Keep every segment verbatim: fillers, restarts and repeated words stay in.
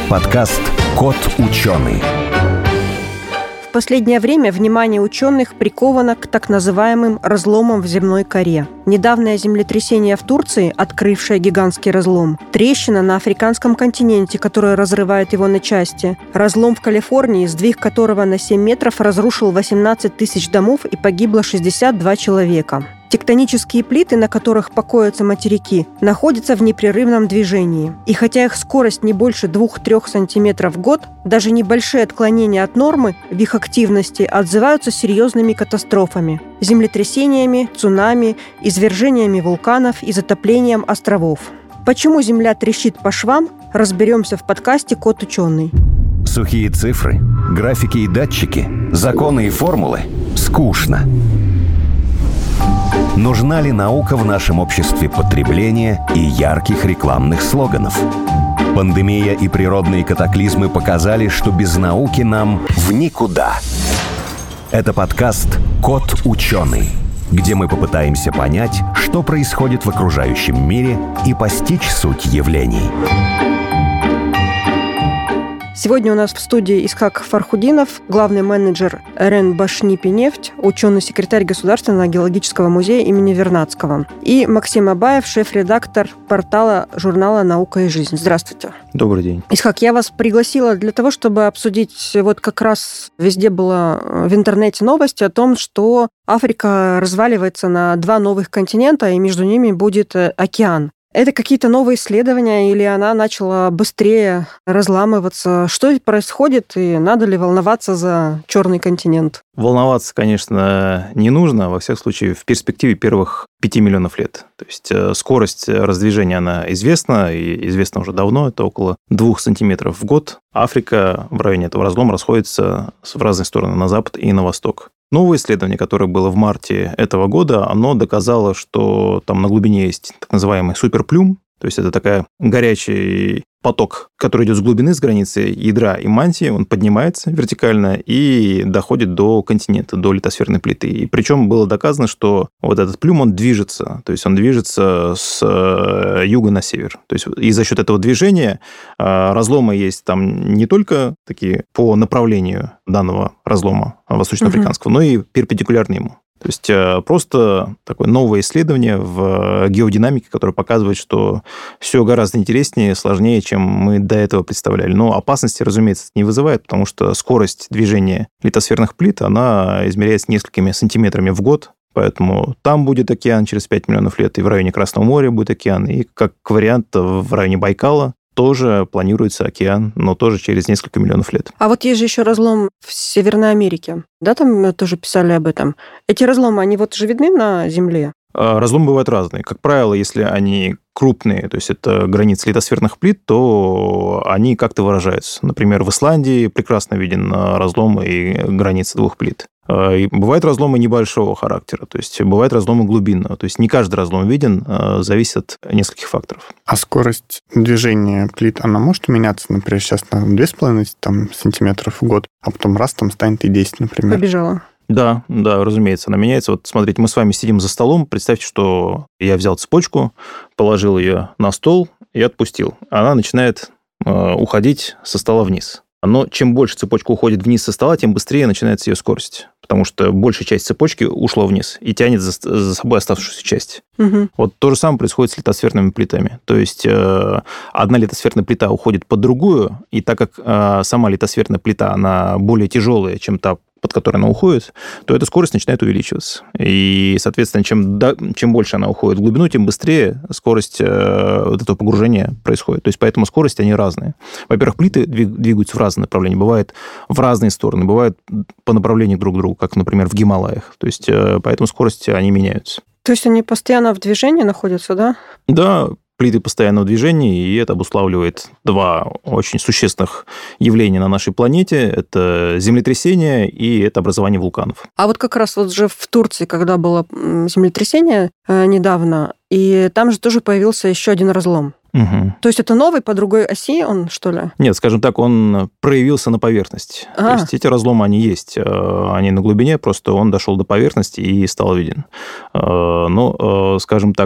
Подкаст «Кот ученый». В последнее время внимание ученых приковано к так называемым разломам в земной коре. Недавнее землетрясение в Турции, открывшее гигантский разлом, трещина на африканском континенте, которая разрывает его на части, разлом в Калифорнии, сдвиг которого на семь метров разрушил восемнадцать тысяч домов и погибло шестьдесят два человека. Тектонические плиты, на которых покоятся материки, находятся в непрерывном движении. И хотя их скорость не больше двух-трёх сантиметров в год, даже небольшие отклонения от нормы в их активности отзываются серьезными катастрофами – землетрясениями, цунами, извержениями вулканов и затоплением островов. Почему Земля трещит по швам, разберемся в подкасте «Кот ученый». Сухие цифры, графики и датчики, законы и формулы – скучно. Нужна ли наука в нашем обществе потребления и ярких рекламных слоганов? Пандемия и природные катаклизмы показали, что без науки нам в никуда. Это подкаст «Кот ученый», где мы попытаемся понять, что происходит в окружающем мире и постичь суть явлений. Сегодня у нас в студии Исхак Фархудинов, главный менеджер эр эн Башнипинефть, ученый-секретарь Государственного геологического музея имени Вернадского, и Максим Абаев, шеф-редактор портала журнала «Наука и жизнь». Здравствуйте. Добрый день. Исхак, я вас пригласила для того, чтобы обсудить, вот как раз везде было в интернете новости о том, что Африка разваливается на два новых континента, и между ними будет океан. Это какие-то новые исследования, или она начала быстрее разламываться? Что происходит, и надо ли волноваться за черный континент? Волноваться, конечно, не нужно, во всяком случае, в перспективе первых пяти миллионов лет. То есть скорость раздвижения, она известна, и известна уже давно, это около двух сантиметров в год. Африка в районе этого разлома расходится в разные стороны, на запад и на восток. Новое исследование, которое было в марте этого года, оно доказало, что там на глубине есть так называемый суперплюм, то есть это такая горячий поток, который идет с глубины, с границы ядра и мантии, он поднимается вертикально и доходит до континента, до литосферной плиты. И причем было доказано, что вот этот плюм, он движется, то есть он движется с юга на север. То есть и за счет этого движения разломы есть там не только такие по направлению данного разлома восточноафриканского, угу. но и перпендикулярно ему. То есть просто такое новое исследование в геодинамике, которое показывает, что все гораздо интереснее, сложнее, чем мы до этого представляли. Но опасности, разумеется, это не вызывает, потому что скорость движения литосферных плит, она измеряется несколькими сантиметрами в год. Поэтому там будет океан через пять миллионов лет, и в районе Красного моря будет океан, и как вариант в районе Байкала тоже планируется океан, но тоже через несколько миллионов лет. А вот есть же еще разлом в Северной Америке. Да, там тоже писали об этом. Эти разломы, они вот же видны на Земле? Разломы бывают разные. Как правило, если они крупные, то есть это границы литосферных плит, то они как-то выражаются. Например, в Исландии прекрасно виден разлом и границы двух плит. И бывают разломы небольшого характера, то есть бывают разломы глубинного. То есть не каждый разлом виден, зависит от нескольких факторов. А скорость движения плит, она может меняться, например, сейчас на две с половиной сантиметров в год, а потом раз там станет и десять, например? Побежала. Да, да, разумеется, она меняется. Вот смотрите, мы с вами сидим за столом, представьте, что я взял цепочку, положил ее на стол и отпустил. Она начинает э, уходить со стола вниз. Но чем больше цепочка уходит вниз со стола, тем быстрее начинается ее скорость. Потому что большая часть цепочки ушла вниз и тянет за, за собой оставшуюся часть. Угу. Вот то же самое происходит с литосферными плитами. То есть э, одна литосферная плита уходит под другую, и так как э, сама литосферная плита, она более тяжелая, чем та, под которой она уходит, то эта скорость начинает увеличиваться. И, соответственно, чем, да, чем больше она уходит в глубину, тем быстрее скорость э, вот этого погружения происходит. То есть поэтому скорости, они разные. Во-первых, плиты двигаются в разные направления. Бывает в разные стороны, бывает по направлению друг к другу, как, например, в Гималаях. То есть э, поэтому скорости, они меняются. То есть они постоянно в движении находятся, да? Да, плиты постоянного движения, и это обуславливает два очень существенных явления на нашей планете. Это землетрясение и это образование вулканов. А вот как раз вот же в Турции, когда было землетрясение недавно, и там же тоже появился еще один разлом. Угу. То есть это новый по другой оси он, что ли? Нет, скажем так, он проявился на поверхности. А. То есть эти разломы, они есть. Они на глубине, просто он дошел до поверхности и стал виден. Но, скажем так,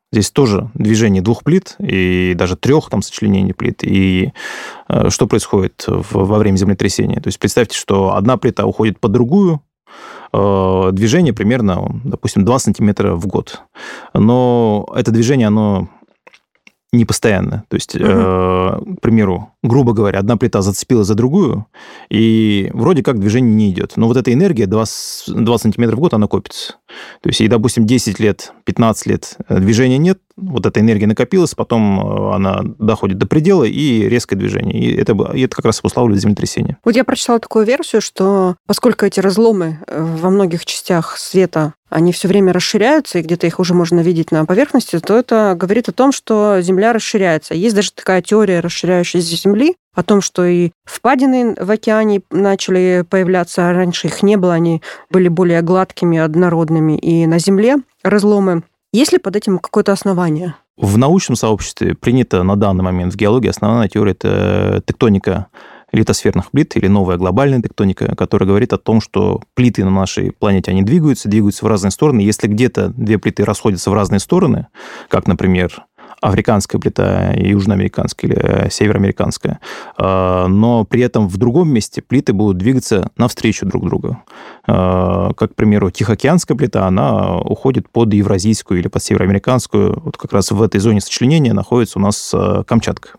Здесь тоже движение двух плит и даже трех там сочленений плит. И э, что происходит в, во время землетрясения? То есть представьте, что одна плита уходит под другую, э, движение примерно, допустим, два сантиметра в год. Но это движение, оно не постоянно. То есть, угу. э, к примеру, грубо говоря, одна плита зацепила за другую, и вроде как движение не идет. Но вот эта энергия два сантиметра в год, она копится. То есть, и, допустим, десять лет, пятнадцать лет движения нет, вот эта энергия накопилась, потом она доходит до предела, и резкое движение. И это, и это как раз обуславливает землетрясение. Вот я прочитала такую версию, что поскольку эти разломы во многих частях света, они все время расширяются, и где-то их уже можно видеть на поверхности, то это говорит о том, что Земля расширяется. Есть даже такая теория расширяющейся Земли, о том, что и впадины в океане начали появляться, раньше их не было, они были более гладкими, однородными, и на Земле разломы. Есть ли под этим какое-то основание? В научном сообществе принято на данный момент в геологии основная теория – это тектоника литосферных плит или новая глобальная тектоника, которая говорит о том, что плиты на нашей планете, они двигаются, двигаются в разные стороны. Если где-то две плиты расходятся в разные стороны, как, например, африканская плита, южноамериканская или североамериканская, но при этом в другом месте плиты будут двигаться навстречу друг другу. Как, к примеру, Тихоокеанская плита, она уходит под евразийскую или под североамериканскую. Вот как раз в этой зоне сочленения находится у нас Камчатка.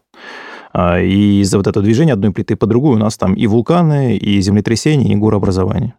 И из-за вот этого движения одной плиты по другую у нас там и вулканы, и землетрясения, и горообразования.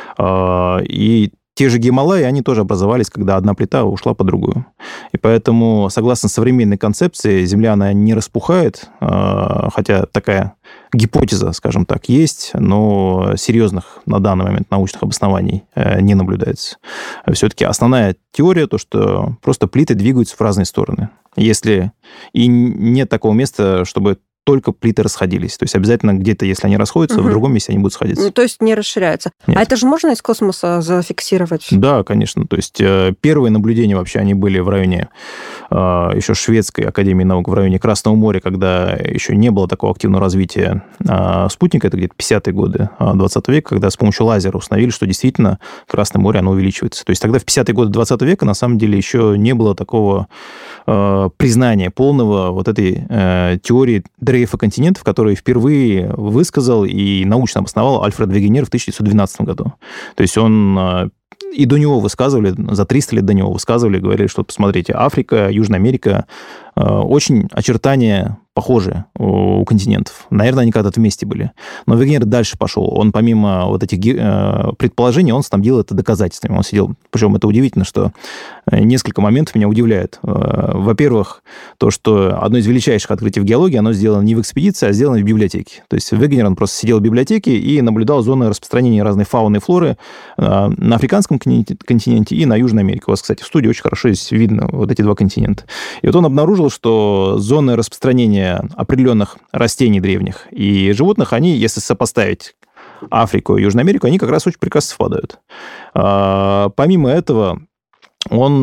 И те же Гималаи, они тоже образовались, когда одна плита ушла по другую. И поэтому, согласно современной концепции, Земля, она не распухает, хотя такая гипотеза, скажем так, есть, но серьезных на данный момент научных обоснований не наблюдается. Все-таки основная теория, то, что просто плиты двигаются в разные стороны. Если и нет такого места, чтобы только плиты расходились. То есть обязательно где-то, если они расходятся, угу. в другом месте они будут сходиться. Ну, то есть не расширяются. Нет. А это же можно из космоса зафиксировать? Да, конечно. То есть первые наблюдения вообще, они были в районе еще Шведской академии наук, в районе Красного моря, когда еще не было такого активного развития спутника. Это где-то пятидесятые годы двадцатого века, когда с помощью лазера установили, что действительно Красное море, оно увеличивается. То есть тогда в пятидесятые годы двадцатого века на самом деле еще не было такого признания полного вот этой теории дрейфа континентов, который впервые высказал и научно обосновал Альфред Вегенер в тысяча девятьсот двенадцатом году. То есть он и до него высказывали, за триста лет до него высказывали, говорили, что, посмотрите, Африка, Южная Америка, очень очертания похожие у континентов. Наверное, они когда-то вместе были. Но Вегенер дальше пошел. Он помимо вот этих предположений, он снабдил это доказательствами. Он сидел... Причем это удивительно, что несколько моментов меня удивляет. Во-первых, то, что одно из величайших открытий в геологии, оно сделано не в экспедиции, а сделано в библиотеке. То есть Вегенер, он просто сидел в библиотеке и наблюдал зоны распространения разной фауны и флоры на африканском континенте и на Южной Америке. У вас, кстати, в студии очень хорошо здесь видно вот эти два континента. И вот он обнаружил, что зоны распространения определенных растений древних и животных, они, если сопоставить Африку и Южную Америку, они как раз очень прекрасно совпадают. Помимо этого, он...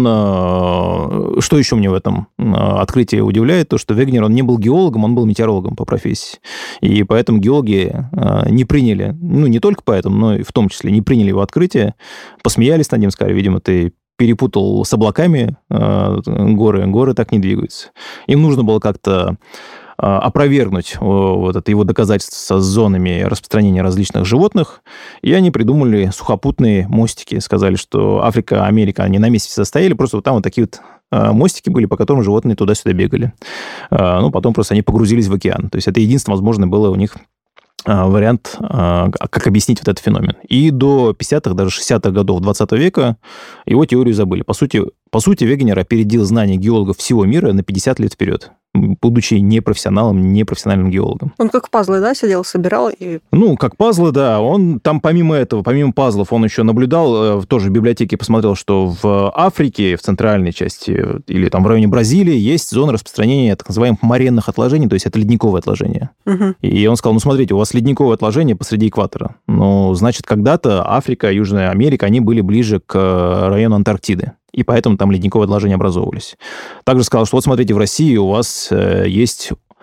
Что еще мне в этом открытии удивляет, то, что Вегенер, он не был геологом, он был метеорологом по профессии. И поэтому геологи не приняли, ну, не только поэтому, но и в том числе не приняли его открытие, посмеялись над ним, сказали, видимо, ты перепутал с облаками э, горы, горы так не двигаются. Им нужно было как-то э, опровергнуть вот это его доказательство с зонами распространения различных животных, и они придумали сухопутные мостики. Сказали, что Африка, Америка, они на месте все стояли, просто вот там вот такие вот мостики были, по которым животные туда-сюда бегали. Э, ну, потом просто они погрузились в океан. То есть это единственное возможное было у них вариант, как объяснить вот этот феномен. И до пятидесятых, даже шестидесятых годов двадцатого века его теорию забыли. По сути, по сути, Вегенер опередил знания геологов всего мира на пятьдесят лет вперед, будучи непрофессионалом, непрофессиональным геологом. Он как пазлы, да, сидел, собирал? И... Ну, как пазлы, да. Он там помимо этого, помимо пазлов, он еще наблюдал, тоже в библиотеке посмотрел, что в Африке, в центральной части, или там в районе Бразилии, есть зона распространения так называемых моренных отложений, то есть это ледниковое отложение. Угу. И он сказал, ну, смотрите, у вас ледниковое отложение посреди экватора. Ну, значит, когда-то Африка, Южная Америка, они были ближе к району Антарктиды. И поэтому там ледниковые отложения образовывались. Также сказал, что вот смотрите, в России у вас есть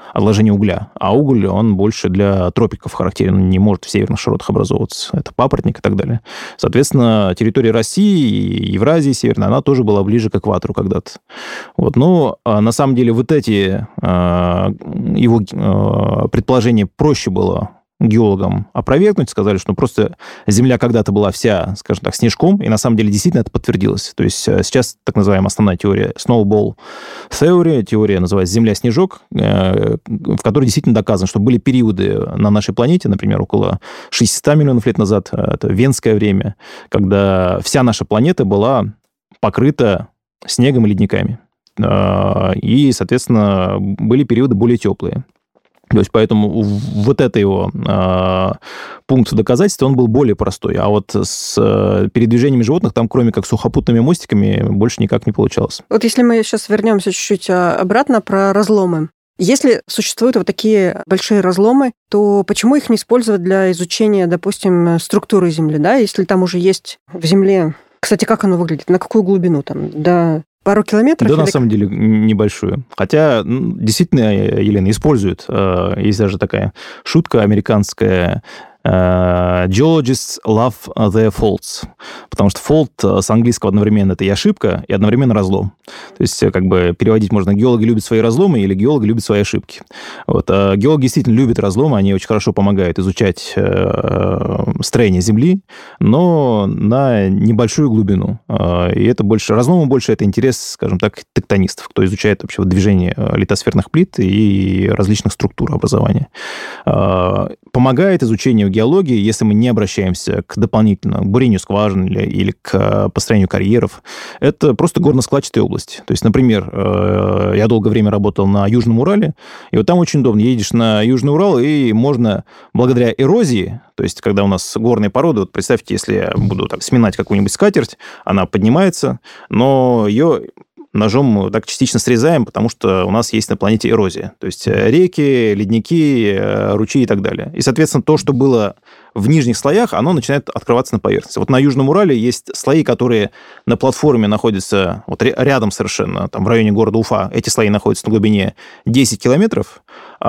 отложение угля. А уголь, он больше для тропиков характерен, он не может в северных широтах образовываться. Это папоротник и так далее. Соответственно, территория России, Евразии северной, она тоже была ближе к экватору когда-то. Вот. Но на самом деле вот эти его предположения проще было геологам опровергнуть, сказали, что просто Земля когда-то была вся, скажем так, снежком, и на самом деле действительно это подтвердилось. То есть сейчас так называемая основная теория Snowball Theory, теория называется Земля-снежок, в которой действительно доказано, что были периоды на нашей планете, например, около шестьсот миллионов лет назад, это венское время, когда вся наша планета была покрыта снегом и ледниками. И, соответственно, были периоды более теплые. То есть, поэтому вот это его э, пункт доказательства, он был более простой. А вот с э, передвижениями животных там, кроме как сухопутными мостиками, больше никак не получалось. Вот если мы сейчас вернемся чуть-чуть обратно про разломы. Если существуют вот такие большие разломы, то почему их не использовать для изучения, допустим, структуры Земли, да? Если там уже есть в Земле... Кстати, как оно выглядит? На какую глубину там? До... Пару километров? Да, или... на самом деле, небольшую. Хотя, действительно, Елена, используют. Есть даже такая шутка американская. Geologists love their faults. Потому что fault с английского одновременно это и ошибка, и одновременно разлом. То есть, как бы переводить можно: геологи любят свои разломы или геологи любят свои ошибки. Вот. А геологи действительно любят разломы, они очень хорошо помогают изучать строение Земли, но на небольшую глубину. И это больше, разломы больше это интерес, скажем так, тектонистов, кто изучает вообще движение литосферных плит и различных структур образования. Помогает изучению геологии, если мы не обращаемся к дополнительному бурению скважин или, или к построению карьеров. Это просто горно-складчатые области. То есть, например, я долгое время работал на Южном Урале, и вот там очень удобно. Едешь на Южный Урал, и можно благодаря эрозии, то есть, когда у нас горные породы, вот представьте, если я буду так сминать какую-нибудь скатерть, она поднимается, но ее ножом мы так частично срезаем, потому что у нас есть на планете эрозия. То есть реки, ледники, ручьи и так далее. И, соответственно, то, что было в нижних слоях, оно начинает открываться на поверхности. Вот на Южном Урале есть слои, которые на платформе находятся вот рядом совершенно, там в районе города Уфа. Эти слои находятся на глубине десять километров,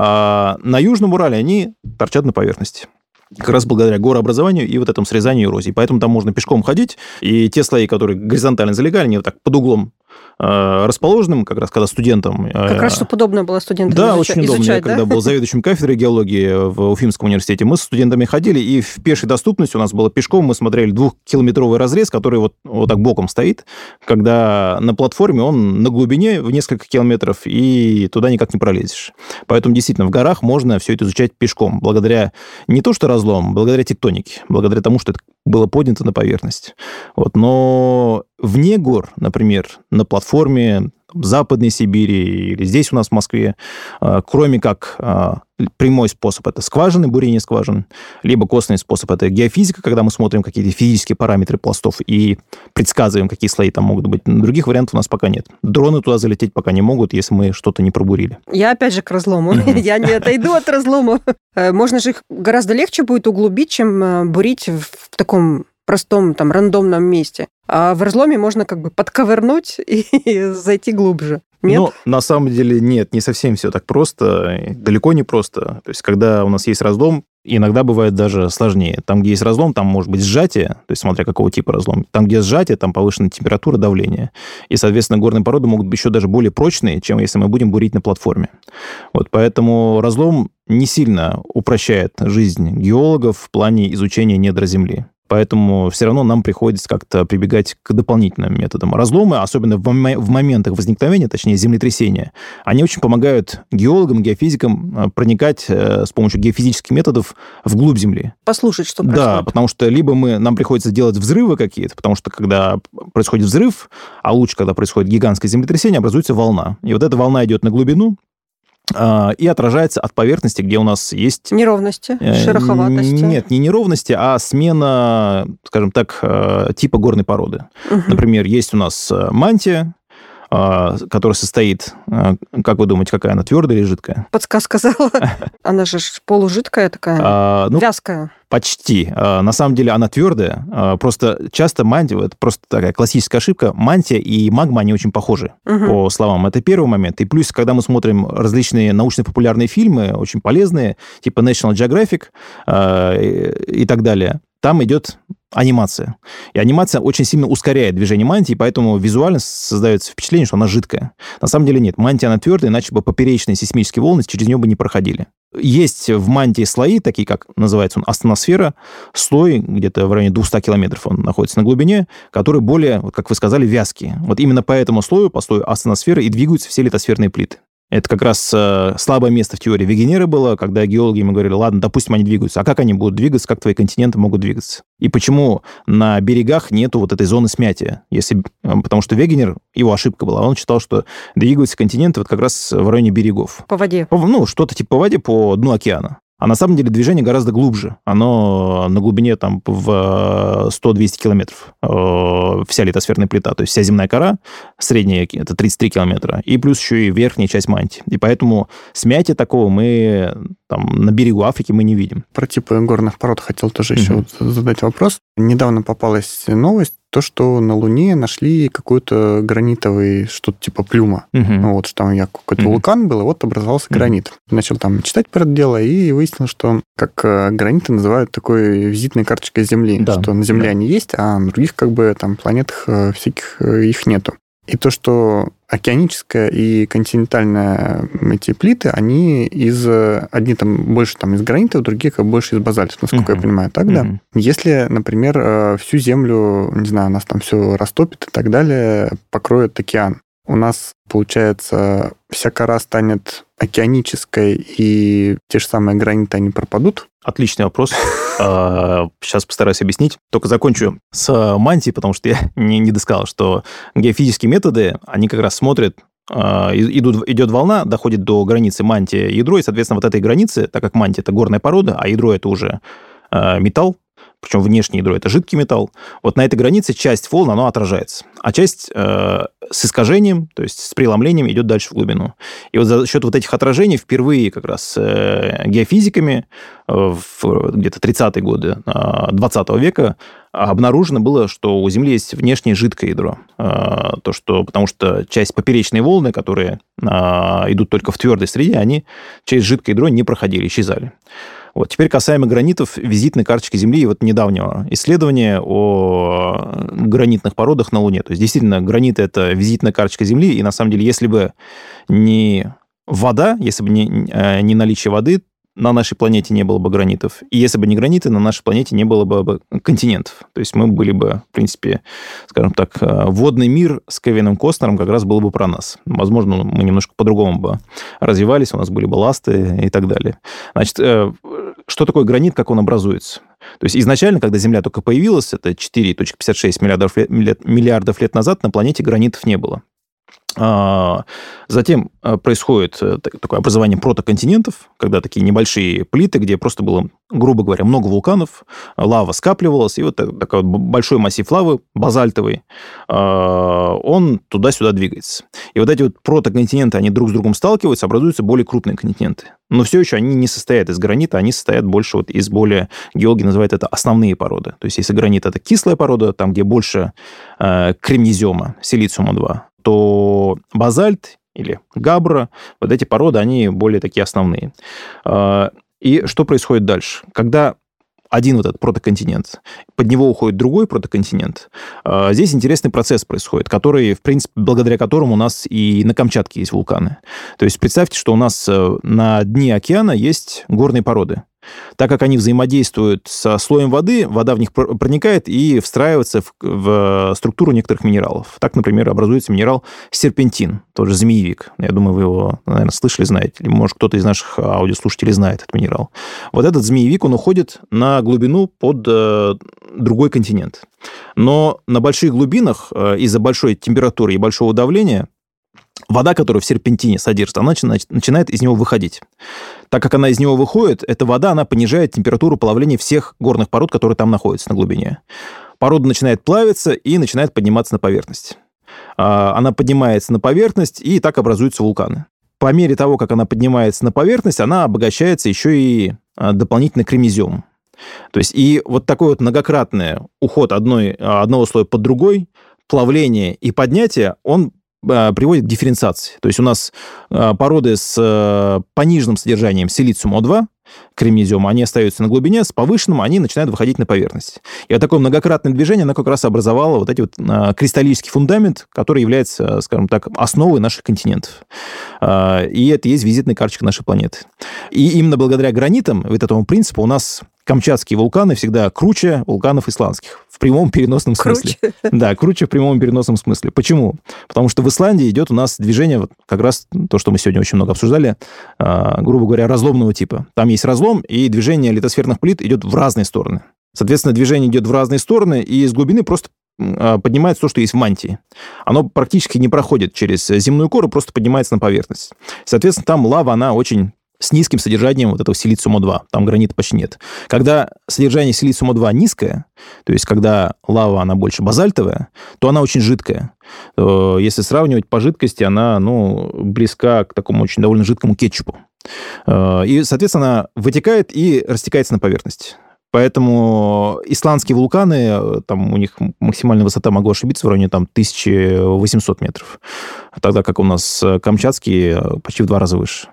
а на Южном Урале они торчат на поверхности. Как раз благодаря горообразованию и вот этому срезанию эрозии. Поэтому там можно пешком ходить, и те слои, которые горизонтально залегали, они вот так под углом расположенным, как раз когда студентам... Как раз, чтобы удобно было студентам да, изучать. очень удобно. Изучать, Я да? когда был заведующим кафедрой геологии в Уфимском университете, мы с студентами ходили, и в пешей доступности у нас было пешком, мы смотрели двухкилометровый разрез, который вот, вот так боком стоит, когда на платформе он на глубине в несколько километров, и туда никак не пролезешь. Поэтому действительно в горах можно все это изучать пешком, благодаря не то что разлом, благодаря тектонике, благодаря тому, что это было поднято на поверхность. Вот. Но вне гор, например, на платформе в Западной Сибири или здесь у нас в Москве, кроме как прямой способ — это скважины, бурение скважин, либо косвенный способ — это геофизика, когда мы смотрим какие-то физические параметры пластов и предсказываем, какие слои там могут быть. Других вариантов у нас пока нет. Дроны туда залететь пока не могут, если мы что-то не пробурили. Я опять же к разлому. Я не отойду от разлома. Можно же их гораздо легче будет углубить, чем бурить в таком простом, там, рандомном месте. А в разломе можно как бы подковырнуть и зайти глубже. Нет? Ну, на самом деле, нет, не совсем все так просто, далеко не просто. То есть, когда у нас есть разлом, иногда бывает даже сложнее. Там, где есть разлом, там может быть сжатие, то есть, смотря какого типа разлом. Там, где сжатие, там повышенная температура, давление. И, соответственно, горные породы могут быть еще даже более прочные, чем если мы будем бурить на платформе. Вот, поэтому разлом не сильно упрощает жизнь геологов в плане изучения недр Земли. Поэтому все равно нам приходится как-то прибегать к дополнительным методам. Разломы, особенно в моментах возникновения, точнее, землетрясения, они очень помогают геологам, геофизикам проникать с помощью геофизических методов вглубь Земли. Послушать, что происходит. Да, потому что либо мы, нам приходится делать взрывы какие-то, потому что когда происходит взрыв, а лучше, когда происходит гигантское землетрясение, образуется волна. И вот эта волна идет на глубину и отражается от поверхности, где у нас есть... Неровности, шероховатости. Нет, не неровности, а смена, скажем так, типа горной породы. Угу. Например, есть у нас мантия, которая состоит... Как вы думаете, какая она, твердая или жидкая? Подсказка сказала. Она же полужидкая такая, а, ну, вязкая. Почти. На самом деле она твердая. Просто часто мантия, это просто такая классическая ошибка, мантия и магма, они очень похожи, угу. по словам. Это первый момент. И плюс, когда мы смотрим различные научно-популярные фильмы, очень полезные, типа National Geographic и так далее, там идет анимация. И анимация очень сильно ускоряет движение мантии, поэтому визуально создается впечатление, что она жидкая. На самом деле нет. Мантия, она твердая, иначе бы поперечные сейсмические волны через нее бы не проходили. Есть в мантии слои, такие как называется он астеносфера, слой где-то в районе двести километров он находится на глубине, который более, как вы сказали, вязкий. Вот именно по этому слою, по слою астеносферы, и двигаются все литосферные плиты. Это как раз э, слабое место в теории Вегенеры было, когда геологи ему говорили, ладно, допустим, они двигаются, а как они будут двигаться, как твои континенты могут двигаться? И почему на берегах нету вот этой зоны смятия? Если, потому что Вегенер, его ошибка была, он считал, что двигаются континенты вот как раз в районе берегов. По воде. По, ну, что-то типа по воде, по дну океана. А на самом деле движение гораздо глубже. Оно на глубине там, в сто-двести километров. Вся литосферная плита, то есть вся земная кора, средняя это тридцать три километра, и плюс еще и верхняя часть мантии. И поэтому смятия такого мы там, на берегу Африки мы не видим. Про типы горных пород хотел тоже mm-hmm. еще вот задать вопрос. Недавно попалась новость, то, что на Луне нашли какой-то гранитовый, что-то типа плюма. Uh-huh. Вот, что там я, какой-то uh-huh. вулкан был, и вот образовался uh-huh. гранит. Начал там читать про это дело, и выяснил, что как граниты называют такой визитной карточкой Земли, да. что на Земле да. они есть, а на других как бы там планетах всяких их нету. И то, что океаническая и континентальная эти плиты, они из... Одни там больше там, из гранита, другие как больше из базальта, насколько uh-huh. я понимаю. Так, uh-huh. да? Если, например, всю Землю, не знаю, нас там все растопит и так далее, покроет океан, у нас, получается, вся кора станет океанической, и те же самые граниты, они пропадут? Отличный вопрос. Сейчас постараюсь объяснить. Только закончу с мантией, потому что я не, не досказал, что геофизические методы, они как раз смотрят, идут, идет волна, доходит до границы мантия и ядро, и, соответственно, вот этой границы, так как мантия – это горная порода, а ядро – это уже металл, причем внешнее ядро – это жидкий металл, вот на этой границе часть волн, оно отражается, а часть э, с искажением, то есть с преломлением идет дальше в глубину. И вот за счет вот этих отражений впервые как раз э, геофизиками э, в где-то тридцатые годы э, двадцатого века обнаружено было, что у Земли есть внешнее жидкое ядро. Э, то, что, потому что часть поперечной волны, которые э, идут только в твердой среде, они через жидкое ядро не проходили, исчезали. Вот. Теперь касаемо гранитов, визитной карточки Земли и вот недавнего исследования о гранитных породах на Луне. То есть, действительно, гранит – это визитная карточка Земли, и на самом деле, если бы не вода, если бы не, не наличие воды, на нашей планете не было бы гранитов. И если бы не граниты, на нашей планете не было бы континентов. То есть мы были бы, в принципе, скажем так, водный мир с Кевином Костнером как раз был бы про нас. Возможно, мы немножко по-другому бы развивались, у нас были бы ласты и так далее. Значит, что такое гранит, как он образуется? То есть изначально, когда Земля только появилась, это четыре целых пятьдесят шесть миллиардов лет, миллиардов лет назад, на планете гранитов не было. Затем происходит такое образование протоконтинентов, когда такие небольшие плиты, где просто было, грубо говоря, много вулканов, лава скапливалась, и вот такой большой массив лавы, базальтовый, он туда-сюда двигается. И вот эти вот протоконтиненты, они друг с другом сталкиваются, образуются более крупные континенты. Но все еще они не состоят из гранита, они состоят больше вот из более, геологи называют это основные породы. То есть если гранит – это кислая порода, там, где больше кремнезема, силициума два, то базальт или габра, вот эти породы, они более такие основные. И что происходит дальше? Когда один вот этот протоконтинент, под него уходит другой протоконтинент, здесь интересный процесс происходит, который, в принципе, благодаря которому у нас и на Камчатке есть вулканы. То есть представьте, что у нас на дне океана есть горные породы. Так как они взаимодействуют со слоем воды, вода в них проникает и встраивается в, в структуру некоторых минералов. Так, например, образуется минерал серпентин, тоже змеевик. Я думаю, вы его, наверное, слышали, знаете. Или, может, кто-то из наших аудиослушателей знает этот минерал. Вот этот змеевик, он уходит на глубину под э, другой континент. Но на больших глубинах э, из-за большой температуры и большого давления вода, которая в серпентине содержится, она начинает из него выходить. Так как она из него выходит, эта вода, она понижает температуру плавления всех горных пород, которые там находятся на глубине. Порода начинает плавиться и начинает подниматься на поверхность. Она поднимается на поверхность, и так образуются вулканы. По мере того, как она поднимается на поверхность, она обогащается еще и дополнительно кремнеземом. То есть и вот такой вот многократный уход одной, одного слоя под другой, плавление и поднятие, он приводит к дифференциации. То есть у нас породы с пониженным содержанием силициум О два, кремнезиума, они остаются на глубине, с повышенным они начинают выходить на поверхность. И вот такое многократное движение, оно как раз образовало вот эти вот кристаллический фундамент, который является, скажем так, основой наших континентов. И это и есть визитная карточка нашей планеты. И именно благодаря гранитам, вот этому принципу, у нас камчатские вулканы всегда круче вулканов исландских. В прямом переносном смысле. Круче? Да, круче в прямом переносном смысле. Почему? Потому что в Исландии идет у нас движение, вот как раз то, что мы сегодня очень много обсуждали, грубо говоря, разломного типа. Там есть разлом, и движение литосферных плит идет в разные стороны. Соответственно, движение идет в разные стороны, и из глубины просто поднимается то, что есть в мантии. Оно практически не проходит через земную кору, просто поднимается на поверхность. Соответственно, там лава, она очень с низким содержанием вот этого силициума О два. Там гранита почти нет. Когда содержание силициума О два низкое, то есть когда лава, она больше базальтовая, то она очень жидкая. Если сравнивать по жидкости, она, ну, близка к такому очень довольно жидкому кетчупу. И, соответственно, она вытекает и растекается на поверхность. Поэтому исландские вулканы, там у них максимальная высота, могу ошибиться, в районе там, тысяча восемьсот метров. Тогда как у нас камчатские почти в два раза выше.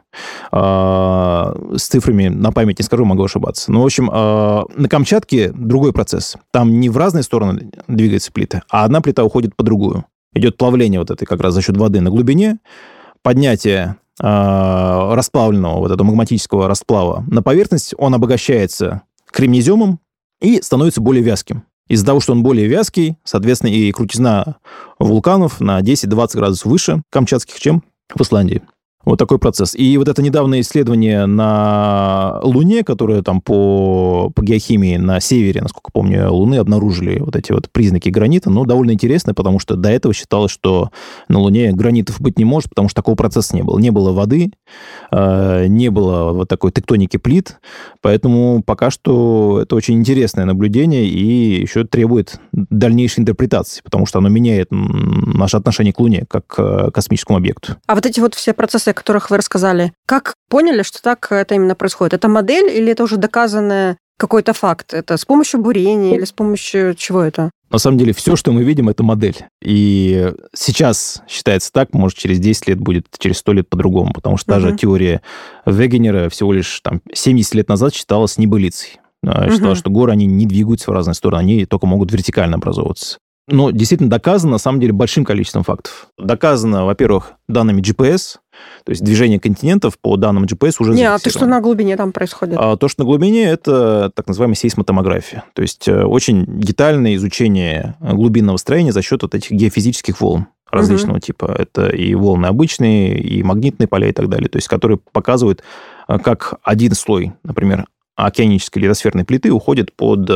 С цифрами на память не скажу, могу ошибаться. Но, в общем, на Камчатке другой процесс. Там не в разные стороны двигается плита, а одна плита уходит по другую. Идет плавление вот этой как раз за счет воды на глубине, поднятие расплавленного, вот этого магматического расплава на поверхность, он обогащается кремнезиумом и становится более вязким. Из-за того, что он более вязкий, соответственно, и крутизна вулканов на десять-двадцать градусов выше камчатских, чем в Исландии. Вот такой процесс. И вот это недавнее исследование на Луне, которое там по, по геохимии на севере, насколько помню, Луны обнаружили вот эти вот признаки гранита, ну, довольно интересно, потому что до этого считалось, что на Луне гранитов быть не может, потому что такого процесса не было. Не было воды, э, не было вот такой тектоники плит, поэтому пока что это очень интересное наблюдение и еще требует дальнейшей интерпретации, потому что оно меняет наше отношение к Луне как к космическому объекту. А вот эти вот все процессы, о которых вы рассказали, как поняли, что так это именно происходит? Это модель или это уже доказанный какой-то факт? Это с помощью бурения или с помощью чего это? На самом деле, все, что мы видим, это модель. И сейчас считается так, может, через десять лет будет, через сто лет по-другому, потому что даже uh-huh. теория Вегенера всего лишь там, семьдесят лет назад считалась небылицей. Считалось, uh-huh. что горы, они не двигаются в разные стороны, они только могут вертикально образовываться. Но действительно доказано, на самом деле, большим количеством фактов. Доказано, во-первых, данными джи пи эс, то есть движение континентов по данным джи пи эс уже Не, зафиксировано. а то, что на глубине там происходит? А то, что на глубине, это так называемая сейсмотомография. То есть очень детальное изучение глубинного строения за счет вот этих геофизических волн различного угу. типа. Это и волны обычные, и магнитные поля и так далее, то есть которые показывают, как один слой, например, океанической литосферной плиты уходит под...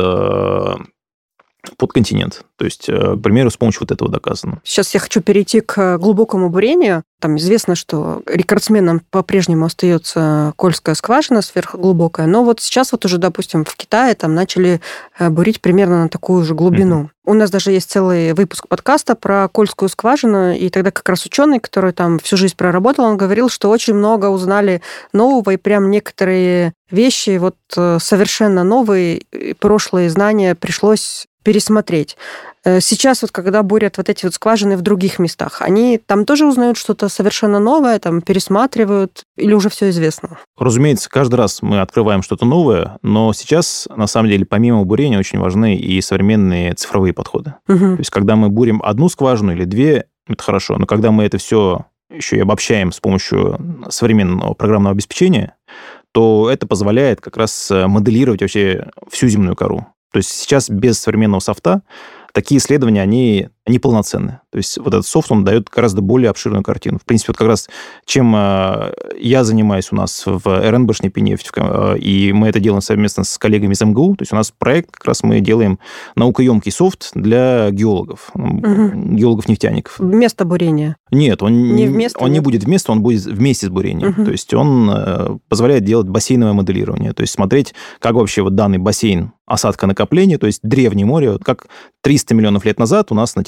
под континент. То есть, к примеру, с помощью вот этого доказано. Сейчас я хочу перейти к глубокому бурению. Там известно, что рекордсменом по-прежнему остается Кольская скважина сверхглубокая, но вот сейчас вот уже, допустим, в Китае там начали бурить примерно на такую же глубину. Mm-hmm. У нас даже есть целый выпуск подкаста про Кольскую скважину, и тогда как раз ученый, который там всю жизнь проработал, он говорил, что очень много узнали нового, и прям некоторые вещи вот совершенно новые, прошлые знания пришлось пересмотреть. Сейчас вот, когда бурят вот эти вот скважины в других местах, они там тоже узнают что-то совершенно новое, там пересматривают, или уже все известно? Разумеется, каждый раз мы открываем что-то новое, но сейчас, на самом деле, помимо бурения, очень важны и современные цифровые подходы. Угу. То есть, когда мы бурим одну скважину или две, это хорошо, но когда мы это все еще и обобщаем с помощью современного программного обеспечения, то это позволяет как раз моделировать вообще всю земную кору. То есть сейчас без современного софта такие исследования, они неполноценны. То есть вот этот софт, он дает гораздо более обширную картину. В принципе, вот как раз чем я занимаюсь у нас в эр эн «Башнефть», и мы это делаем совместно с коллегами из эм гэ у, то есть у нас проект, как раз мы делаем наукоемкий софт для геологов, угу. геологов-нефтяников. Вместо бурения? Нет, он не, вместо, он не будет вместо, он будет вместе с бурением. Угу. То есть он позволяет делать бассейновое моделирование, то есть смотреть, как вообще вот данный бассейн осадка накопления, то есть древнее море, вот как триста миллионов лет назад у нас на территории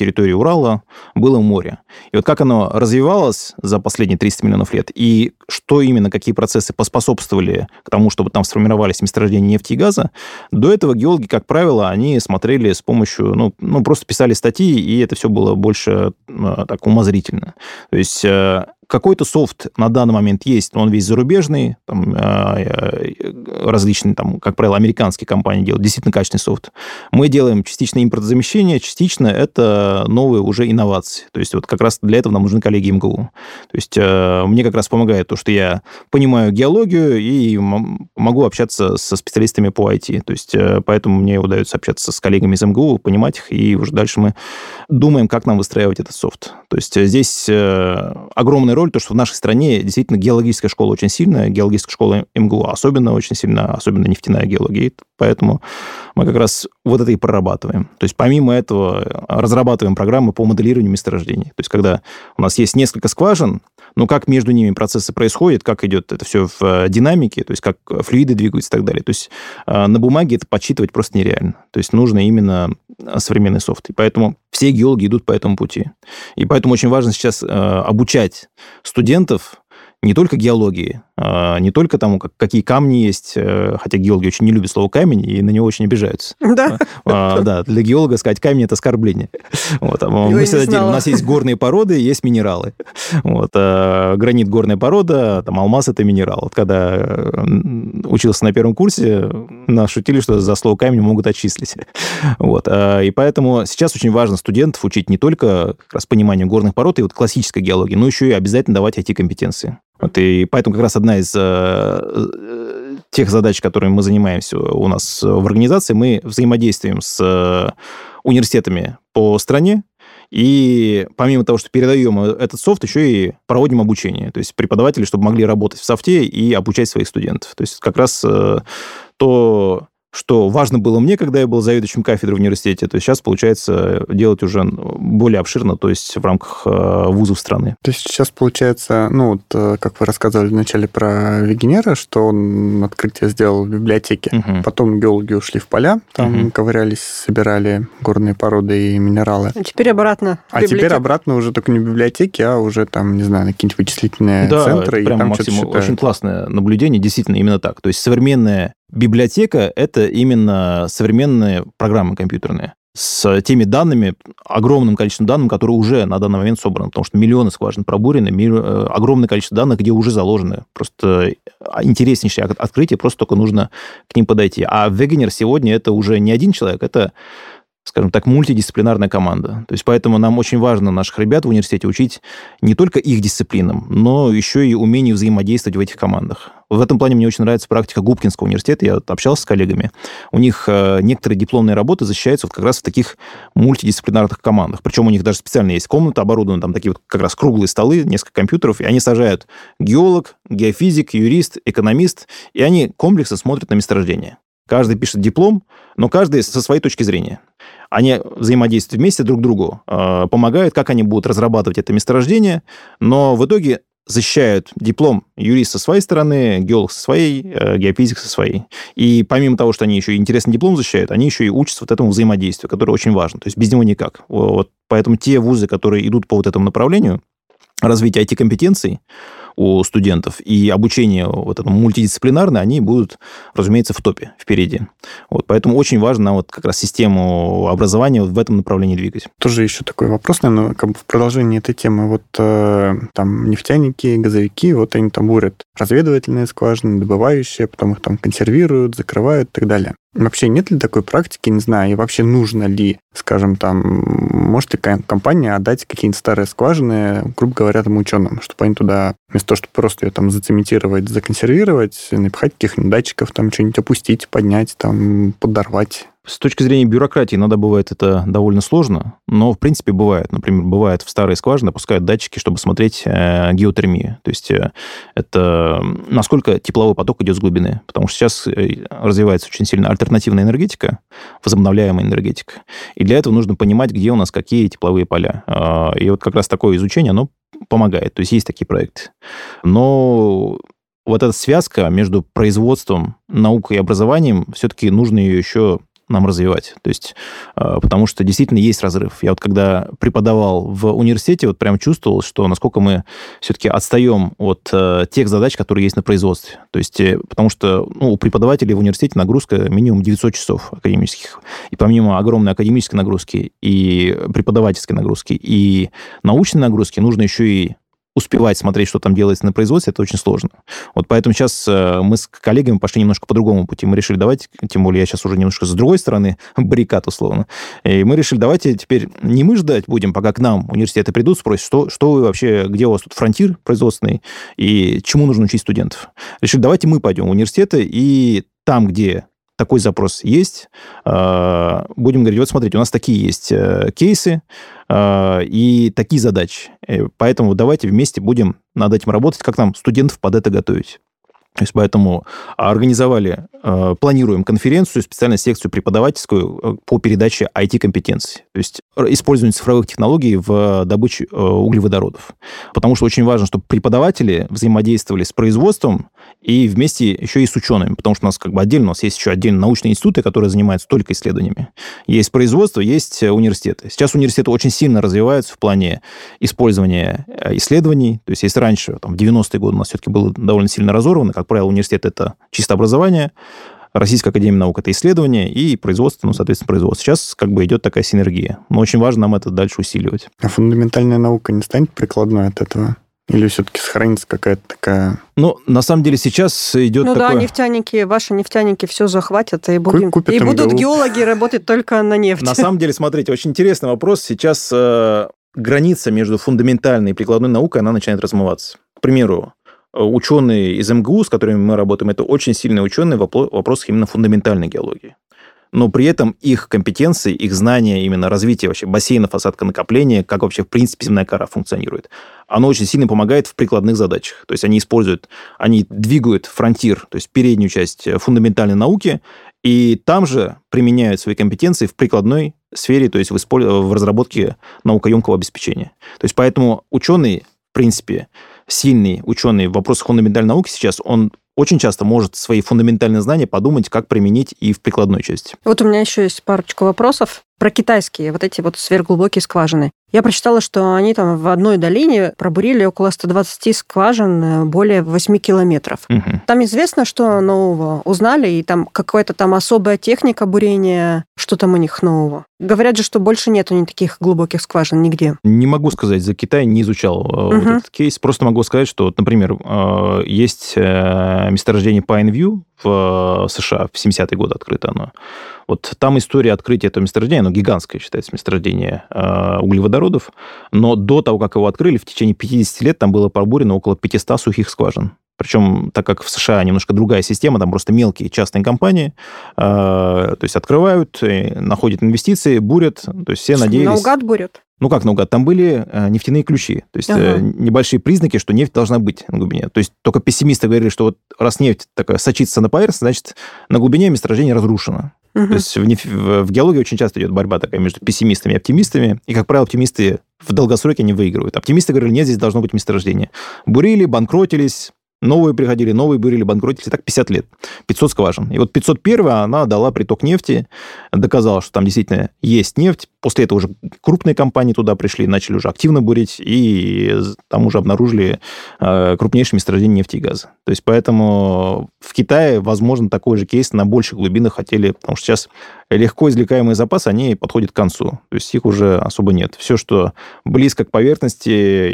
территории Урала было море. И вот как оно развивалось за последние триста миллионов лет, и что именно, какие процессы поспособствовали к тому, чтобы там сформировались месторождения нефти и газа, до этого геологи, как правило, они смотрели с помощью, ну, ну просто писали статьи, и это все было больше так умозрительно. То есть какой-то софт на данный момент есть, но он весь зарубежный, там, различные, там, как правило, американские компании делают действительно качественный софт. Мы делаем частично импортозамещение, частично это новые уже инновации. То есть вот как раз для этого нам нужны коллеги эм гэ у. То есть мне как раз помогает то, что я понимаю геологию и могу общаться со специалистами по ай ти. То есть поэтому мне удается общаться с коллегами из эм гэ у, понимать их, и уже дальше мы думаем, как нам выстраивать этот софт. То есть здесь огромная роль, то, что в нашей стране действительно геологическая школа очень сильная, геологическая школа эм гэ у особенно очень сильна, особенно нефтяная геология, поэтому мы как раз вот это и прорабатываем. То есть помимо этого разрабатываем программы по моделированию месторождений. То есть когда у нас есть несколько скважин, но как между ними процессы происходят, как идет это все в динамике, то есть как флюиды двигаются и так далее. То есть на бумаге это подсчитывать просто нереально. То есть нужно именно современный софт. И поэтому все геологи идут по этому пути. И поэтому очень важно сейчас обучать студентов не только геологии, не только тому, какие камни есть, хотя геологи очень не любят слово «камень», и на него очень обижаются. Да? Да, для геолога сказать «камень» — это оскорбление. Вот. Мы всегда делим, у нас есть горные породы, есть минералы. Вот. Гранит — горная порода, там, алмаз — это минерал. Вот когда учился на первом курсе, нас шутили, что за слово «камень» могут отчислить. Вот. И поэтому сейчас очень важно студентов учить не только как раз пониманию горных пород и вот классической геологии, но еще и обязательно давать ай ти-компетенции. Вот, и поэтому как раз одна из э, тех задач, которыми мы занимаемся у нас в организации, мы взаимодействуем с университетами по стране, и помимо того, что передаем этот софт, еще и проводим обучение. То есть преподаватели, чтобы могли работать в софте и обучать своих студентов. То есть как раз э, то... что важно было мне, когда я был заведующим кафедры в университете, то сейчас получается делать уже более обширно, то есть в рамках вузов страны. То есть сейчас получается, ну, вот, как вы рассказывали вначале про Вегенера, что он открытие сделал в библиотеке, uh-huh. потом геологи ушли в поля, там uh-huh. ковырялись, собирали горные породы и минералы. А теперь обратно в А библиотеку. Теперь обратно уже только не в библиотеке, а уже там, не знаю, на какие-нибудь вычислительные да, центры. Да, прямо, и там Максим, очень классное наблюдение, действительно, именно так. То есть современная библиотека — это именно современные программы компьютерные с теми данными, огромным количеством данных, которые уже на данный момент собраны, потому что миллионы скважин пробурены, огромное количество данных, где уже заложены. Просто интереснейшее открытие, просто только нужно к ним подойти. А Wegener сегодня это уже не один человек, это, скажем так, мультидисциплинарная команда. То есть поэтому нам очень важно наших ребят в университете учить не только их дисциплинам, но еще и умению взаимодействовать в этих командах. В этом плане мне очень нравится практика Губкинского университета. Я общался с коллегами. У них некоторые дипломные работы защищаются вот как раз в таких мультидисциплинарных командах. Причем у них даже специально есть комната оборудована, там такие вот как раз круглые столы, несколько компьютеров, и они сажают геолог, геофизик, юрист, экономист, и они комплексно смотрят на месторождение. Каждый пишет диплом, но каждый со своей точки зрения. Они взаимодействуют вместе друг другу, помогают, как они будут разрабатывать это месторождение, но в итоге защищают диплом юрист со своей стороны, геолог со своей, геофизик со своей. И помимо того, что они еще и интересный диплом защищают, они еще и учатся вот этому взаимодействию, которое очень важно. То есть без него никак. Вот. Поэтому те вузы, которые идут по вот этому направлению, развитие ай ти-компетенций у студентов и обучение вот этому мультидисциплинарное, они будут, разумеется, в топе, впереди. Вот, поэтому очень важно вот как раз систему образования в этом направлении двигать. Тоже еще такой вопрос, наверное, как бы в продолжении этой темы. Вот э, там нефтяники, газовики, вот они там бурят разведывательные скважины, добывающие, потом их там консервируют, закрывают и так далее. Вообще нет ли такой практики, не знаю, и вообще нужно ли, скажем, там, может ли компания отдать какие-нибудь старые скважины, грубо говоря, там, ученым, чтобы они туда, вместо того, чтобы просто ее там зацементировать, законсервировать, напихать каких-нибудь датчиков, там, что-нибудь опустить, поднять, там, подорвать? С точки зрения бюрократии, иногда бывает это довольно сложно, но, в принципе, бывает. Например, бывает в старые скважины опускают датчики, чтобы смотреть э, геотермию. То есть э, это насколько тепловой поток идет с глубины. Потому что сейчас развивается очень сильно альтернативная энергетика, возобновляемая энергетика. И для этого нужно понимать, где у нас какие тепловые поля. Э, и вот как раз такое изучение, оно помогает. То есть есть такие проекты. Но вот эта связка между производством, наукой и образованием, все-таки нужно ее еще нам развивать. То есть, потому что действительно есть разрыв. Я вот когда преподавал в университете, вот прям чувствовал, что насколько мы все-таки отстаем от тех задач, которые есть на производстве. То есть, потому что ну, у преподавателей в университете нагрузка минимум девятьсот часов академических. И помимо огромной академической нагрузки и преподавательской нагрузки, и научной нагрузки, нужно еще и успевать смотреть, что там делается на производстве, это очень сложно. Вот поэтому сейчас мы с коллегами пошли немножко по другому пути. Мы решили, давайте, тем более я сейчас уже немножко с другой стороны баррикад, условно, и мы решили, давайте теперь не мы ждать будем, пока к нам университеты придут, спросят, что, что вы вообще, где у вас тут фронтир производственный, и чему нужно учить студентов. Решили, давайте мы пойдем в университеты, и там, где такой запрос есть, будем говорить, вот смотрите, у нас такие есть кейсы и такие задачи. Поэтому давайте вместе будем над этим работать, как нам студентов под это готовить. То есть поэтому организовали, планируем конференцию, специальную секцию преподавательскую по передаче ай ти-компетенций. То есть использование цифровых технологий в добыче углеводородов. Потому что очень важно, чтобы преподаватели взаимодействовали с производством и вместе еще и с учеными. Потому что у нас как бы отдельно, у нас есть еще отдельно научные институты, которые занимаются только исследованиями. Есть производство, есть университеты. Сейчас университеты очень сильно развиваются в плане использования исследований. То есть если раньше, там, в девяностые годы у нас все-таки было довольно сильно разорвано, как правило, университет – это чисто образование, Российская академия наук – это исследование, и производство, ну, соответственно, производство. Сейчас как бы идет такая синергия. Но очень важно нам это дальше усиливать. А фундаментальная наука не станет прикладной от этого? Или все-таки сохранится какая-то такая... Ну, на самом деле сейчас идет ну такое... Ну да, нефтяники, ваши нефтяники все захватят, и, будем... Купят и будут МГУ. Геологи работать только на нефть. На самом деле, смотрите, очень интересный вопрос. Сейчас э, граница между фундаментальной и прикладной наукой, она начинает размываться. К примеру, ученые из эм гэ у, с которыми мы работаем, это очень сильные ученые в вопросах именно фундаментальной геологии. Но при этом их компетенции, их знания, именно развитие вообще бассейнов, осадка, накопления, как вообще в принципе земная кора функционирует, оно очень сильно помогает в прикладных задачах. То есть они используют, они двигают фронтир, то есть переднюю часть фундаментальной науки, и там же применяют свои компетенции в прикладной сфере, то есть в, использ... в разработке наукоемкого обеспечения. То есть поэтому ученый, в принципе, сильный ученый в вопросах фундаментальной науки сейчас, он очень часто может свои фундаментальные знания подумать, как применить и в прикладной части. Вот у меня еще есть парочку вопросов про китайские, вот эти вот сверхглубокие скважины. Я прочитала, что они там в одной долине пробурили около ста двадцати скважин более восьми километров. Угу. Там известно, что нового узнали, и там какая-то там особая техника бурения, что там у них нового. Говорят же, что больше нету ни таких глубоких скважин нигде. Не могу сказать, за Китай не изучал угу. вот этот кейс. Просто могу сказать, что, вот, например, есть месторождение Пайнвью в США, в семидесятые годы открыто оно. Вот там история открытия этого месторождения, оно гигантское считается месторождение э, углеводородов, но до того, как его открыли, в течение пятидесяти лет там было пробурено около пятисот сухих скважин. Причем, так как в США немножко другая система, там просто мелкие частные компании, э, то есть открывают, находят инвестиции, бурят, то есть все надеялись... Наугад бурят? Ну как наугад? Там были нефтяные ключи, то есть ага. небольшие признаки, что нефть должна быть на глубине. То есть только пессимисты говорили, что вот раз нефть такая сочится на поверхность, значит, на глубине месторождение разрушено. Угу. То есть в, неф... в геологии очень часто идет борьба такая между пессимистами и оптимистами, и, как правило, оптимисты в долгосроке не выигрывают. Оптимисты говорили, нет, здесь должно быть месторождение. Бурили, банкротились, новые приходили, новые бурили, банкротились. И так пятьдесят лет. пятьсот скважин. И вот пятьсот первая она дала приток нефти, доказала, что там действительно есть нефть. После этого уже крупные компании туда пришли, начали уже активно бурить, и там уже обнаружили крупнейшие месторождения нефти и газа. То есть поэтому в Китае, возможно, такой же кейс на больших глубинах хотели, потому что сейчас легко извлекаемые запасы, они подходят к концу. То есть их уже особо нет. Все, что близко к поверхности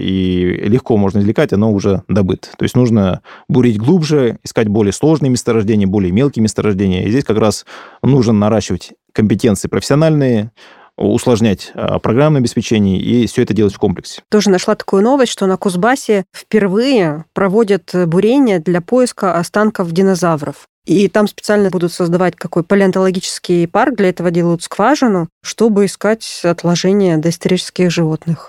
и легко можно извлекать, оно уже добыто. То есть нужно бурить глубже, искать более сложные месторождения, более мелкие месторождения. И здесь как раз нужно наращивать компетенции профессиональные, усложнять программное обеспечение и все это делать в комплексе. Тоже нашла такую новость, что на Кузбассе впервые проводят бурение для поиска останков динозавров. И там специально будут создавать какой палеонтологический парк, для этого делают скважину, чтобы искать отложения доисторических животных.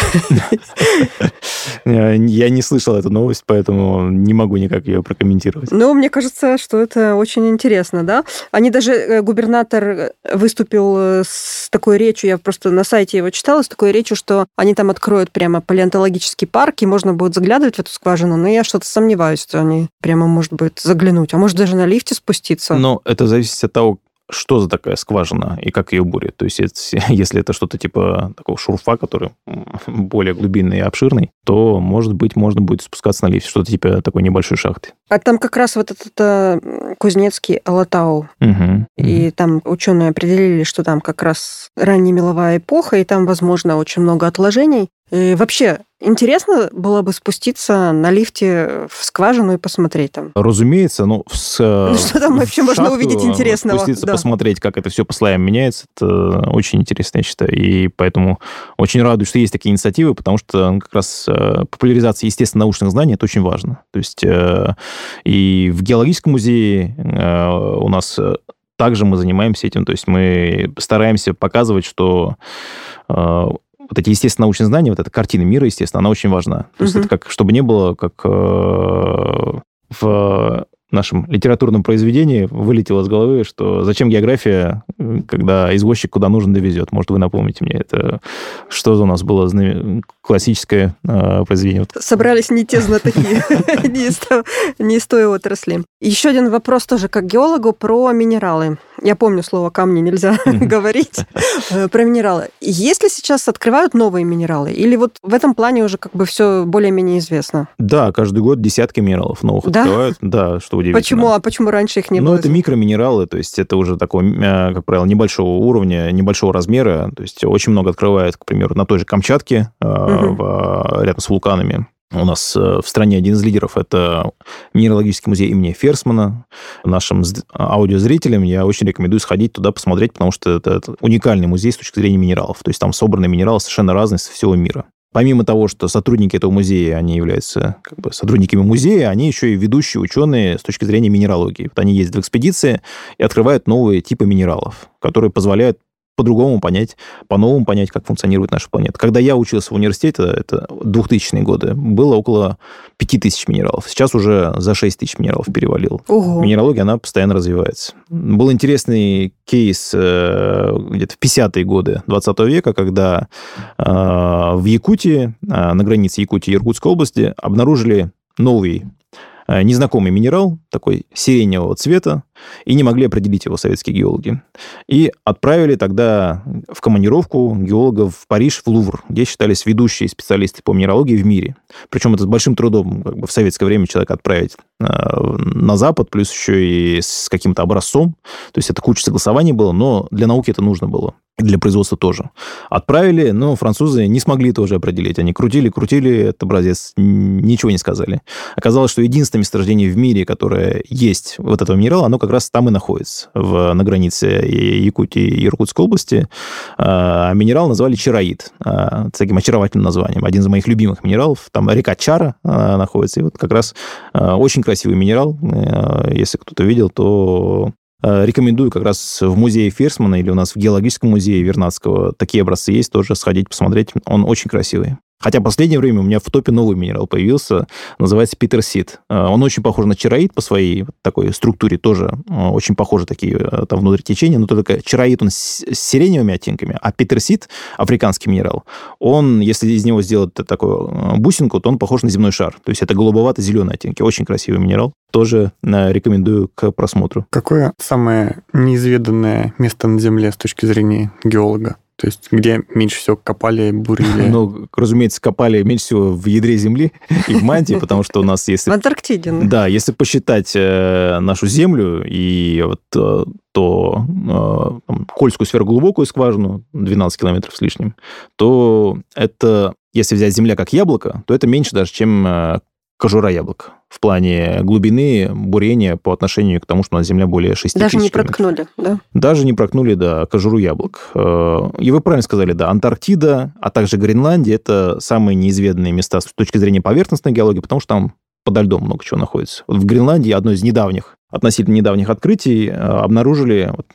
Я не слышал эту новость, поэтому не могу никак ее прокомментировать. Ну, мне кажется, что это очень интересно, да? Они даже, губернатор выступил с такой речью, я просто на сайте его читала, с такой речью, что они там откроют прямо палеонтологический парк, и можно будет заглядывать в эту скважину, но я что-то сомневаюсь, что они прямо, может быть, заглянуть, а может даже на лифте спуститься. Но это зависит от того, что за такая скважина и как ее бурят. То есть, если это что-то типа такого шурфа, который более глубинный и обширный, то, может быть, можно будет спускаться на лифте, что-то типа такой небольшой шахты. А там как раз вот этот это Кузнецкий Алатау. Угу. И там ученые определили, что там как раз ранняя меловая эпоха, и там, возможно, очень много отложений. И вообще, интересно было бы спуститься на лифте в скважину и посмотреть там. Разумеется, но с, ну, что там вообще можно увидеть интересного? Спуститься, да. посмотреть, как это все по слоям меняется, это очень интересно, я считаю. И поэтому очень радуюсь, что есть такие инициативы, потому что как раз популяризация естественно-научных знаний – это очень важно. То есть и в геологическом музее у нас также мы занимаемся этим. То есть мы стараемся показывать, что вот эти естественно-научные знания, вот эта картина мира, естественно, она очень важна. То есть uh-huh. это как, чтобы не было, как э, в нашем литературном произведении вылетело с головы, что зачем география, когда извозчик куда нужен довезет. Может, вы напомните мне, это что за у нас было знам... классическое э, произведение. Собрались не те знатоки, не из той отрасли. Еще один вопрос тоже как геологу про минералы. Я помню, слово «камни» нельзя говорить. Про минералы. Если сейчас открывают новые минералы? Или вот в этом плане уже как бы все более-менее известно? Да, каждый год десятки минералов новых да? открывают. Да, что удивительно. Почему? А почему раньше их не было? Ну, это микроминералы, то есть это уже такого, как правило, небольшого уровня, небольшого размера. То есть очень много открывают, к примеру, на той же Камчатке, угу. в, рядом с вулканами. У нас в стране один из лидеров – это Минералогический музей имени Ферсмана. Нашим аудиозрителям я очень рекомендую сходить туда, посмотреть, потому что это, это уникальный музей с точки зрения минералов. То есть там собраны минералы совершенно разные со всего мира. Помимо того, что сотрудники этого музея, они являются как бы сотрудниками музея, они еще и ведущие ученые с точки зрения минералогии. Вот они ездят в экспедиции и открывают новые типы минералов, которые позволяют по-другому понять, по-новому понять, как функционирует наша планета. Когда я учился в университете, это двухтысячные годы, было около пяти тысяч минералов. Сейчас уже за шесть тысяч минералов перевалил. Ого. Минералогия, она постоянно развивается. Был интересный кейс где-то в пятидесятые годы двадцатого века, когда в Якутии, на границе Якутии и Иркутской области, обнаружили новый незнакомый минерал, такой сиреневого цвета, и не могли определить его советские геологи. И отправили тогда в командировку геологов в Париж, в Лувр, где считались ведущие специалисты по минералогии в мире. Причем это с большим трудом как бы, в советское время человека отправить на Запад, плюс еще и с каким-то образцом. То есть это куча согласований было, но для науки это нужно было. И для производства тоже. Отправили, но французы не смогли тоже определить. Они крутили, крутили этот образец, ничего не сказали. Оказалось, что единственное месторождение в мире, которое есть вот этого минерала, оно как раз там и находится, в, на границе Якутии и Иркутской области. А минерал назвали чароид, а, с таким очаровательным названием. Один из моих любимых минералов. Там река Чара а, находится. И вот как раз а, очень красивый минерал. А, если кто-то видел, то... Рекомендую как раз в музее Ферсмана или у нас в геологическом музее Вернадского такие образцы есть, тоже сходить, посмотреть. Он очень красивый. Хотя в последнее время у меня в топе новый минерал появился, называется питерсит. Он очень похож на чароид по своей такой структуре, тоже очень похожи такие там внутри течения, но только чароид он с сиреневыми оттенками, а питерсит, африканский минерал, он, если из него сделать такую бусинку, то он похож на земной шар. То есть это голубовато-зеленые оттенки. Очень красивый минерал. Тоже рекомендую к просмотру. Какое самое неизведанное место на Земле с точки зрения геолога? То есть где меньше всего копали, бурили? Ну, разумеется, копали меньше всего в ядре Земли и в мантии, потому что у нас, если... В Антарктиде. Да, если посчитать нашу Землю и вот то там, Кольскую сверхглубокую скважину, двенадцать километров с лишним, то это, если взять Земля как яблоко, то это меньше даже, чем кожура яблока в плане глубины бурения по отношению к тому, что у нас Земля более шести тысяч Даже не проткнули, да? Даже не проткнули, да, кожуру яблок. И вы правильно сказали, да, Антарктида, а также Гренландия – это самые неизведанные места с точки зрения поверхностной геологии, потому что там подо льдом много чего находится. Вот в Гренландии одно из недавних, относительно недавних открытий обнаружили, вот,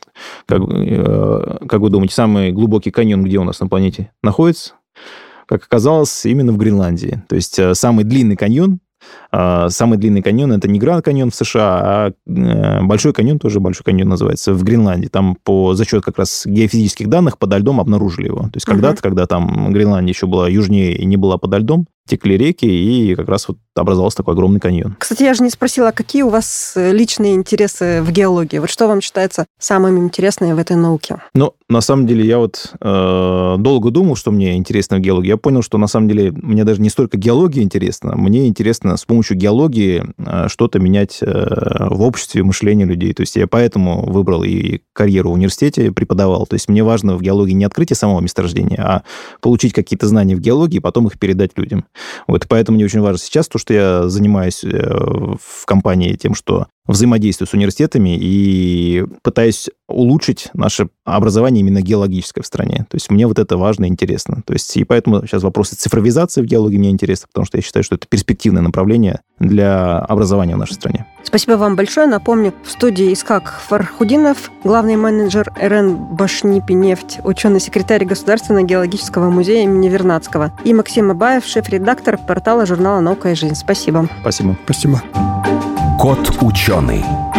как, как вы думаете, самый глубокий каньон, где у нас на планете находится? Как оказалось, именно в Гренландии. То есть самый длинный каньон самый длинный каньон — это не Гранд каньон в США, а Большой каньон, тоже Большой каньон называется, в Гренландии. Там по, за счет как раз геофизических данных подо льдом обнаружили его. То есть uh-huh. когда-то, когда там Гренландия еще была южнее и не была подо льдом, текли реки, и как раз вот образовался такой огромный каньон. Кстати, я же не спросила, какие у вас личные интересы в геологии? Вот что вам считается самым интересным в этой науке? Ну, на самом деле, я вот э, долго думал, что мне интересно в геологии. Я понял, что на самом деле мне даже не столько геология интересна, мне интересно с помощью геологии э, что-то менять э, в обществе, мышлении людей. То есть я поэтому выбрал и карьеру в университете, преподавал. То есть мне важно в геологии не открытие самого месторождения, а получить какие-то знания в геологии и потом их передать людям. Вот, поэтому мне очень важно сейчас то, что я занимаюсь в компании тем, что взаимодействую с университетами и пытаюсь улучшить наше образование именно геологическое в стране. То есть мне вот это важно и интересно. То есть и поэтому сейчас вопросы цифровизации в геологии мне интересны, потому что я считаю, что это перспективное направление для образования в нашей стране. Спасибо вам большое. Напомню, в студии Исхак Фархудинов, главный менеджер эр эн «Башнипинефть», ученый-секретарь Государственного геологического музея имени Вернадского, и Максим Абаев, шеф-редактор портала журнала «Наука и жизнь». Спасибо. Спасибо. Спасибо. Кот ученый.